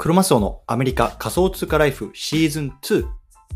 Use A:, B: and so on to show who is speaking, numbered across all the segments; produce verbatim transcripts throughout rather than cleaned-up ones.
A: クロマスオのアメリカ仮想通貨ライフシーズンツー。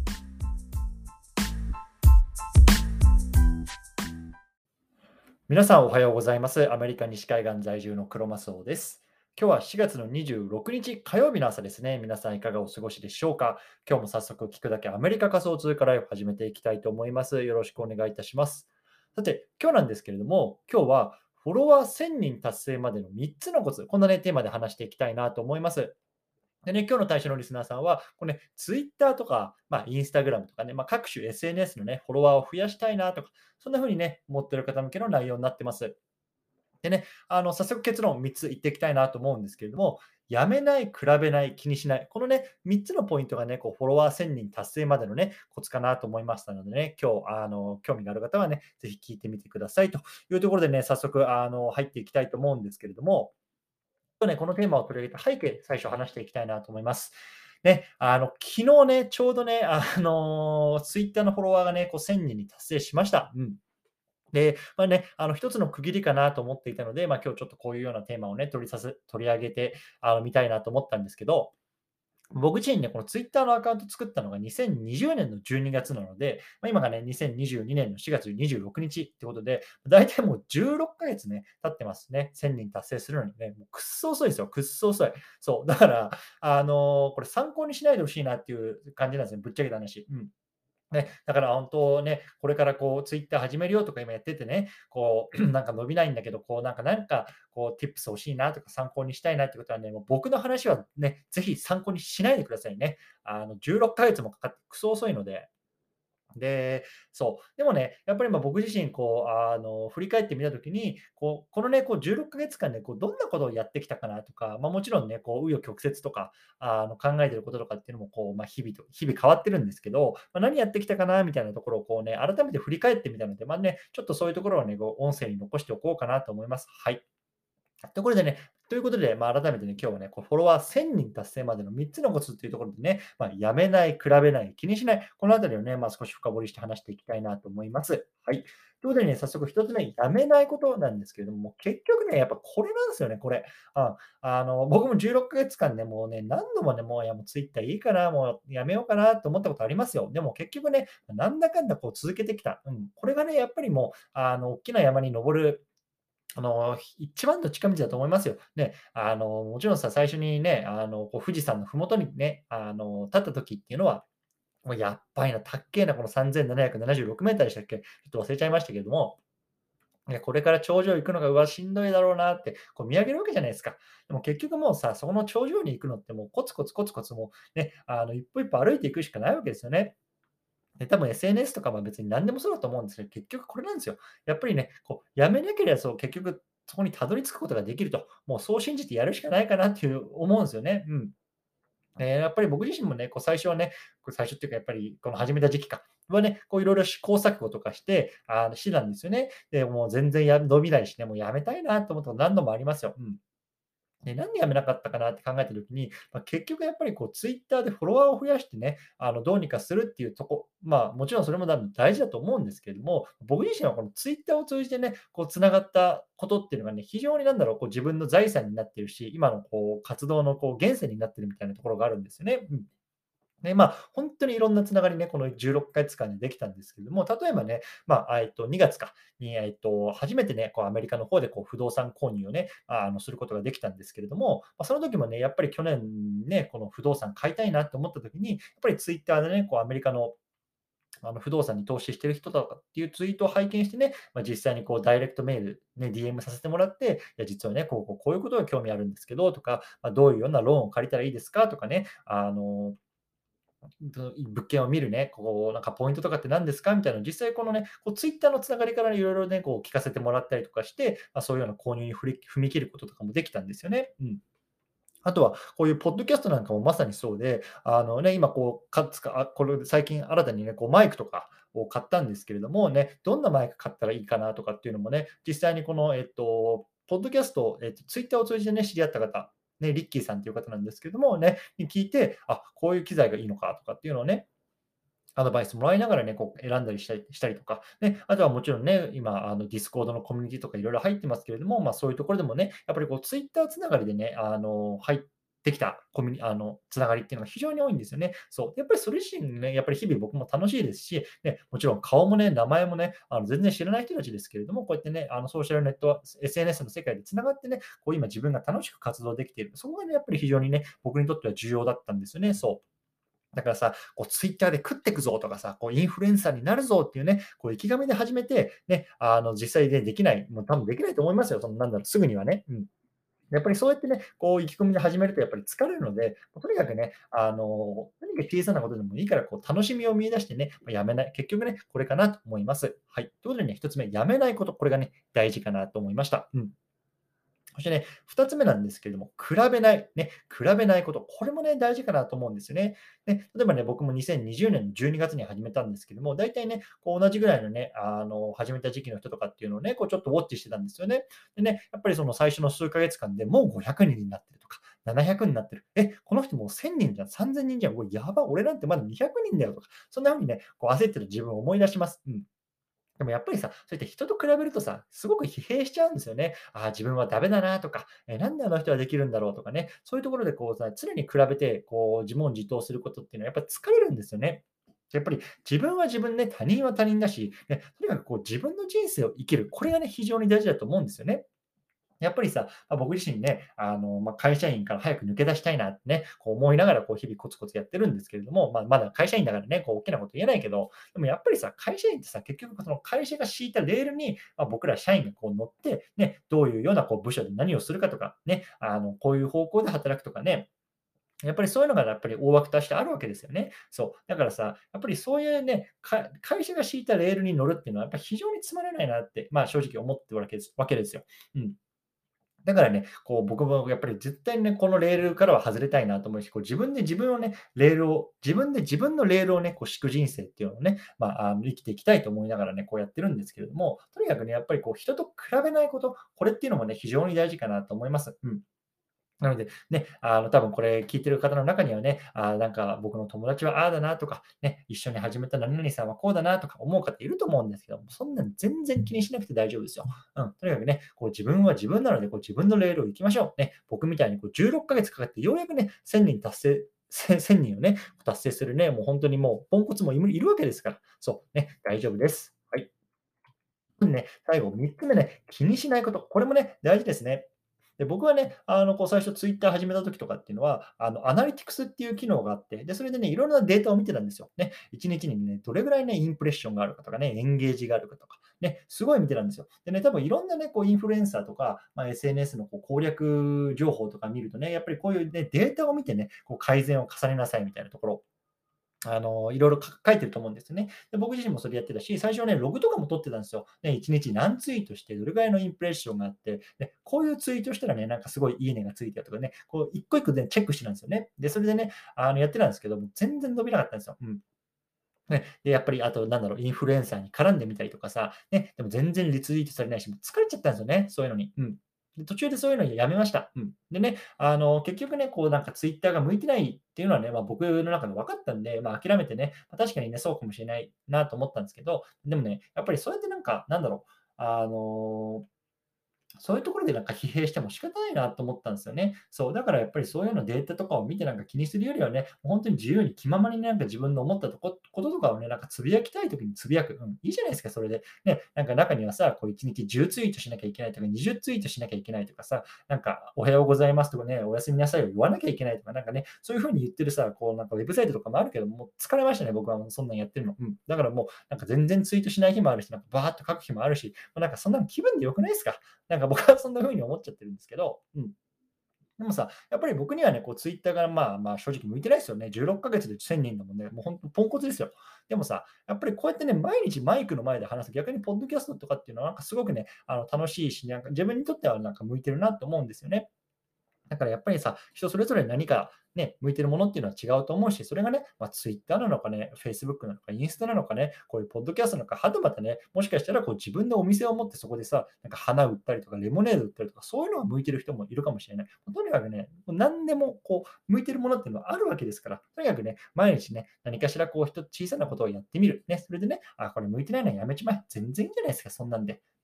A: 皆さんおはようございます。アメリカ西海岸在住のクロマスオです。今日はしがつのにじゅうろくにち火曜日の朝ですね。皆さんいかがお過ごしでしょうか。今日も早速聞くだけアメリカ仮想通貨ライフ始めていきたいと思います。よろしくお願いいたします。さて、今日なんですけれども、今日はフォロワーせんにん達成までのみっつのコツ、こんなね、テーマで話していきたいなと思います。でね、今日の対象のリスナーさんは、これね、ツイッターとか、まあ、インスタグラムとかね、まあ、各種 エスエヌエス のね、フォロワーを増やしたいなとか、そんな風にね、思ってる方向けの内容になってます。でね、あの、早速結論みっつ言っていきたいなと思うんですけれども、やめない、比べない、気にしない。このね、みっつのポイントがね、こうフォロワーせんにん達成までのね、コツかなと思いましたのでね、今日、あの、興味がある方はね、ぜひ聞いてみてくださいというところでね、早速、あの、入っていきたいと思うんですけれども、とね、このテーマを取り上げた背景、最初話していきたいなと思います。ね、あの、昨日ね、ちょうどね、あの、ツイッターのフォロワーがね、こうせんにんに達成しました。うん。で、まあね、あの、一つの区切りかなと思っていたので、まあ、今日ちょっとこういうようなテーマをね、取りさせ取り上げて、あの、見たいなと思ったんですけど、僕自身ね、このツイッターのアカウント作ったのがにせんにじゅうねんのじゅうにがつなので、まあ、今がね、にせんにじゅうにねんのしがつにじゅうろくにちってことで、だいたいもうじゅうろっかげつね、経ってますね。せんにん達成するのにね、もうくっそ遅いですよ。くっそ遅い。そう。だから、あの、これ参考にしないでほしいなっていう感じなんですね。ぶっちゃけた話。うん。ね、だから本当ね、これからこうツイッター始めるよとか今やっててね、こうなんか伸びないんだけど、こうなんかなんかこう Tips 欲しいなとか参考にしたいなってことはね、もう僕の話はね、ぜひ参考にしないでくださいね。あのじゅうろっかげつもかかってクソ遅いので、で、そう。でもね、やっぱり、ま、僕自身、こう、あの、振り返ってみたときに、こう、このね、こう、じゅうろっかげつかんで、こう、どんなことをやってきたかなとか、ま、もちろんね、こう、紆余曲折とか、あの、考えてることとかっていうのも、こう、ま、日々と日々変わってるんですけど、ま、何やってきたかなみたいなところを、こうね、改めて振り返ってみたので、ま、ね、ちょっとそういうところをね、こう、音声に残しておこうかなと思います。はい。ところでね、ということで、まあ、改めてね、今日はね、こうフォロワーせんにん達成までのみっつのコツっていうところでね、まあ、やめない、比べない、気にしない、このあたりをね、まあ、少し深掘りして話していきたいなと思います。はい。ということでね、早速ひとつめ、やめないことなんですけれども、結局ね、やっぱこれなんですよね、これ。ああの、僕もじゅうろっかげつかんね、もうね、何度もね、もう、いや、もうツイッターいいかな、もうやめようかなと思ったことありますよ。でも結局ね、なんだかんだこう続けてきた。うん。これがね、やっぱりもう、あの、大きな山に登るあの、一番の近道だと思いますよ。ね、あの、もちろんさ、最初にね、あの、こう富士山の麓にね、あの、立った時っていうのは、もうやっばいな、たっけえな、このさんぜんななひゃくななじゅうろくメーターでしたっけ？ちょっと忘れちゃいましたけれども、ね、これから頂上行くのが、うわ、しんどいだろうなって、こう見上げるわけじゃないですか。でも結局もうさ、そこの頂上に行くのってもうコツコツコツコツもうね、あの、一歩一歩歩いていくしかないわけですよね。で、多分 エスエヌエス とかは別に何でもそうだと思うんですけど、結局これなんですよ。やっぱりね、こうやめなければそう、結局そこにたどり着くことができると、もうそう信じてやるしかないかなっていう思うんですよね。うん。えーやっぱり僕自身もね、こう最初はね、こう最初っていうかやっぱりこの始めた時期か、はね、こういろいろ試行錯誤とかして、あの、してたんですよね。で、もう全然や伸びないしね、もうやめたいなと思ったこと何度もありますよ。うん。で、なんで辞めなかったかなって考えた時に、まあ、結局やっぱりこうツイッターでフォロワーを増やしてね、あの、どうにかするっていうとこ、まあ、もちろんそれも多分大事だと思うんですけれども、僕自身はこのツイッターを通じてね、こう繋がったことっていうのがね、非常になんだろう、こう自分の財産になっているし、今のこう活動のこう源泉になってるみたいなところがあるんですよね。うん。で、まあ、本当にいろんなつながりね、このじゅうろっかげつかんでできたんですけれども、例えばね、まあ、えっと、にがつかに、えっと、初めてね、こうアメリカの方でこう不動産購入をね、あの、することができたんですけれども、まあ、その時もね、やっぱり去年ね、この不動産買いたいなと思った時に、やっぱりツイッターでね、こうアメリカのあの不動産に投資してる人とかっていうツイートを拝見してね、まあ、実際にこうダイレクトメール、ね、ディーエム させてもらって、いや、実はね、こうこうこういうことが興味あるんですけどとか、まあ、どういうようなローンを借りたらいいですかとかね、あのぶ物件を見るね、こうなんかポイントとかって何ですかみたいなのを実際このね、こうツイッターのつながりからいろいろね、こう聞かせてもらったりとかして、まあ、そういうような購入にふり踏み切ることとかもできたんですよね。うん。あとは、こういうポッドキャストなんかもまさにそうで、あのね、今こう、かつかあ、これ最近新たにね、こうマイクとかを買ったんですけれどもね、どんなマイク買ったらいいかなとかっていうのもね、実際にこの、えっと、ポッドキャスト、えっと、ツイッターを通じてね、知り合った方、ね、リッキーさんっていう方なんですけれどもね、に聞いて、あ、こういう機材がいいのかとかっていうのをね、アドバイスもらいながらね、こう選んだりしたりしたりとか、ね、あとはもちろんね、今、あの、ディスコードのコミュニティとかいろいろ入ってますけれども、まあ、そういうところでもね、やっぱりこうツイッターつながりでね、あの、はいできたコミュニあの、つながりっていうのが非常に多いんですよね。そう。やっぱりそれ自身ね、やっぱり日々僕も楽しいですし、ね、もちろん顔もね、名前もね、あの、全然知らない人たちですけれども、こうやってね、あの、ソーシャルネットワ エスエヌエス の世界で繋がってね、こう今自分が楽しく活動できている。そこがね、やっぱり非常にね、僕にとっては重要だったんですよね。そう。だからさ、こうツイッターで食ってくぞとかさ、こうインフルエンサーになるぞっていうね、こう意気込みで始めて、ね、あの実際でできない、もう多分できないと思いますよ。そのなんだろう、すぐにはね。うん。やっぱりそうやってね、こう意気込みで始めるとやっぱり疲れるので、とにかくね、あの、何か小さなことでもいいから、こう楽しみを見出してね、ま、やめない、結局ね、これかなと思います。はい。ということでね、一つ目、やめないこと、これがね、大事かなと思いました。うん。そしてね、ふたつめなんですけれども、比べない、ね、比べないこと、これもね、大事かなと思うんですよね。ね、例えばね、僕もにせんにじゅうねんのじゅうにがつに始めたんですけども、大体ね、こう同じぐらいのね、あの、始めた時期の人とかっていうのをね、こうちょっとウォッチしてたんですよね。でね、やっぱりその最初の数ヶ月間でもうごひゃくにんにんになってるとか、ななひゃくになってる。え、この人もうせんにんじゃん、さんぜんにんじゃん、おい、やば、俺なんてまだにひゃくにんだよとか、そんな風にね、こう焦ってる自分を思い出します。うん。でもやっぱりさ、そういった人と比べるとさ、すごく疲弊しちゃうんですよね。ああ、自分はダメだなとか、え、なんであの人はできるんだろうとかね、そういうところでこうさ、常に比べて、こう自問自答することっていうのはやっぱり疲れるんですよね。やっぱり自分は自分で、他人は他人だし、ね、とにかくこう自分の人生を生きる、これがね、非常に大事だと思うんですよね。やっぱりさ、まあ、僕自身ね、あの、まあ、会社員から早く抜け出したいなってね、こう思いながらこう日々コツコツやってるんですけれども、まあ、まだ会社員だからね、こう大きなこと言えないけど、でもやっぱりさ、会社員ってさ、結局その会社が敷いたレールに、まあ、僕ら社員がこう乗って、ね、どういうようなこう部署で何をするかとか、ね、あの、こういう方向で働くとかね、やっぱりそういうのがやっぱり大枠としてあるわけですよね。そう。だからさ、やっぱりそういうね、か会社が敷いたレールに乗るっていうのはやっぱり非常につまらないなって、まあ、正直思ってるわけですわけですよ。うん。だからね、こう僕もやっぱり絶対にね、このレールからは外れたいなと思うし、こう自分で自分をね、レールを自分で自分のレールをね、こう敷く人生っていうのをね、まあ、あの、生きていきたいと思いながらね、こうやってるんですけれども、とにかくね、やっぱりこう人と比べないこと、これっていうのもね、非常に大事かなと思います。うん。なので、ね、あの、多分これ聞いてる方の中にはね、あーなんか僕の友達はああだなとか、ね、一緒に始めた何々さんはこうだなとか思う方いると思うんですけども、そんなの全然気にしなくて大丈夫ですよ。うん、とにかくね、こう自分は自分なので、こう自分のレールを行きましょう。ね、僕みたいにこうじゅうろっかげつかかってようやくね、せんにん達成、せせんにんをね、達成するね、もう本当にもうポンコツもいるいるわけですから、そう、ね、大丈夫です。はい。ね、最後みっつめね、気にしないこと。これもね、大事ですね。で、僕はね、あの、こう最初ツイッター始めた時とかっていうのは、あの、アナリティクスっていう機能があって、で、それでね、いろんなデータを見てたんですよ。ね、いちにちにね、どれぐらいね、インプレッションがあるかとかね、エンゲージがあるかとか、ね、すごい見てたんですよ。でね、多分いろんなね、こうインフルエンサーとか、まあ、エスエヌエス のこう攻略情報とか見るとね、やっぱりこういうね、データを見てね、こう改善を重ねなさいみたいなところあの、いろいろか書いてると思うんですよね。で、僕自身もそれやってたし、最初はね、ログとかも取ってたんですよ。ね、いちにち何ツイートして、どれぐらいのインプレッションがあって、で、こういうツイートしたらね、なんかすごいいいねがついたとかね、こう一個一個ね、チェックしてたんですよね。で、それでね、あの、やってたんですけども、全然伸びなかったんですよ。うん。ね、で、やっぱりあとなんだろう、インフルエンサーに絡んでみたりとかさ、ね、でも全然リツイートされないし、もう疲れちゃったんですよね、そういうのに。うん。で、途中でそういうのやめました。うん。でね、あの、結局ね、こうなんかツイッターが向いてないっていうのはね、まあ、僕の中で分かったんで、まあ、諦めてね、ま、確かにね、そうかもしれないなと思ったんですけど、でもね、やっぱりそうやってなんか、なんだろう、あのそういうところでなんか疲弊しても仕方ないなと思ったんですよね。そう、だからやっぱりそういうのデータとかを見てなんか気にするよりはね、もう本当に自由に気ままにねなんか自分の思ったとここととかをね、なんかつぶやきたい時につぶやく。うん、いいじゃないですか、それで。ね、なんか中にはさ、こういちにちじゅうツイートしなきゃいけないとか、にじゅうツイートしなきゃいけないとかさ、なんかおはようございますとかね、おやすみなさいを言わなきゃいけないとか、なんかね、そういう風に言ってるさ、こうなんかウェブサイトとかもあるけど、もう疲れましたね、僕はもうそんなんやってるの。うん。だからもうなんか全然ツイートしない日もあるし、なんかバーっと書く日もあるし、もうなんかそんなの気分で良くないですか？なんか僕はそんな風に思っちゃってるんですけど、うん。でもさ、やっぱり僕にはね、こうツイッターがまあまあ正直向いてないですよね。じゅうろっかげつでせんにんだもんね。もうほんとポンコツですよ。でもさ、やっぱりこうやってね、毎日マイクの前で話す、逆にポッドキャストとかっていうのはなんかすごくね、あの楽しいし、なんか自分にとってはなんか向いてるなと思うんですよね。だからやっぱりさ、人それぞれ何かね、向いてるものっていうのは違うと思うし、それがね、まあ、Twitter なのかね、Facebook なのか、インスタなのかね、こういうポッドキャストなのか、はたまたね、もしかしたらこう自分でお店を持ってそこでさ、なんか花売ったりとか、レモネード売ったりとか、そういうのが向いてる人もいるかもしれない。とにかくね、もう何でもこう、向いてるものっていうのはあるわけですから、とにかくね、毎日ね、何かしらこう、一つ小さなことをやってみる。ね、それでね、あ、これ向いてないのはやめちまえ。全然いいんじゃないですか、そんなんで。っ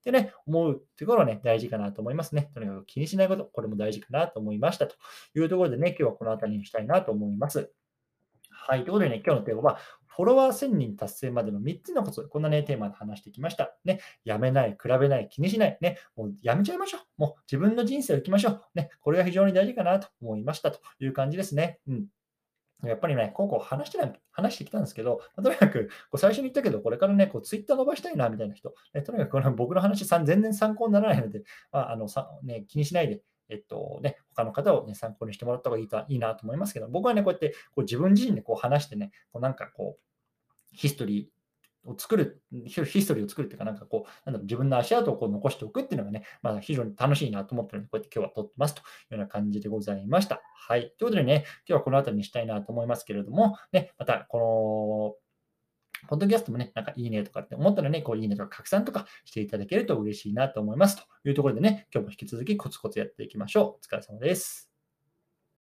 A: ってね、思うっていうことはね、大事かなと思いますね。とにかく気にしないこと、これも大事かなと思いましたというところでね、今日はこの辺りにしたいなと思います。はい、ということでね、今日のテーマは、フォロワーせんにん達成までのみっつのコツ、こんなね、テーマで話してきました。ね、やめない、比べない、気にしない、ね、もうやめちゃいましょう。もう自分の人生を生きましょう。ね、これが非常に大事かなと思いましたという感じですね。うん。やっぱりね、こうこう話してない話してきたんですけど、ま、とにかく、こう最初に言ったけど、これからね、こうツイッター伸ばしたいなみたいな人、ね、とにかくこの僕の話さん全然参考にならないので、まあ、あの、さね、気にしないで、えっとね、他の方をね、参考にしてもらった方がいいといいなと思いますけど、僕はね、こうやってこう自分自身でこう話してね、こうなんかこうヒストリーを作る、ヒヒストリーを作るっていうか、なんかこう、なんだろう、自分の足跡をこう残しておくっていうのがね、まあ、非常に楽しいなと思ってるので、こうやって今日は撮ってますというような感じでございました。はい。ということでね、今日はこの辺りにしたいなと思いますけれども、ね、またこのポッドキャストもね、なんかいいねとかって思ったらね、こういいねとか拡散とかしていただけると嬉しいなと思いますというところでね、今日も引き続きコツコツやっていきましょう。お疲れ様です。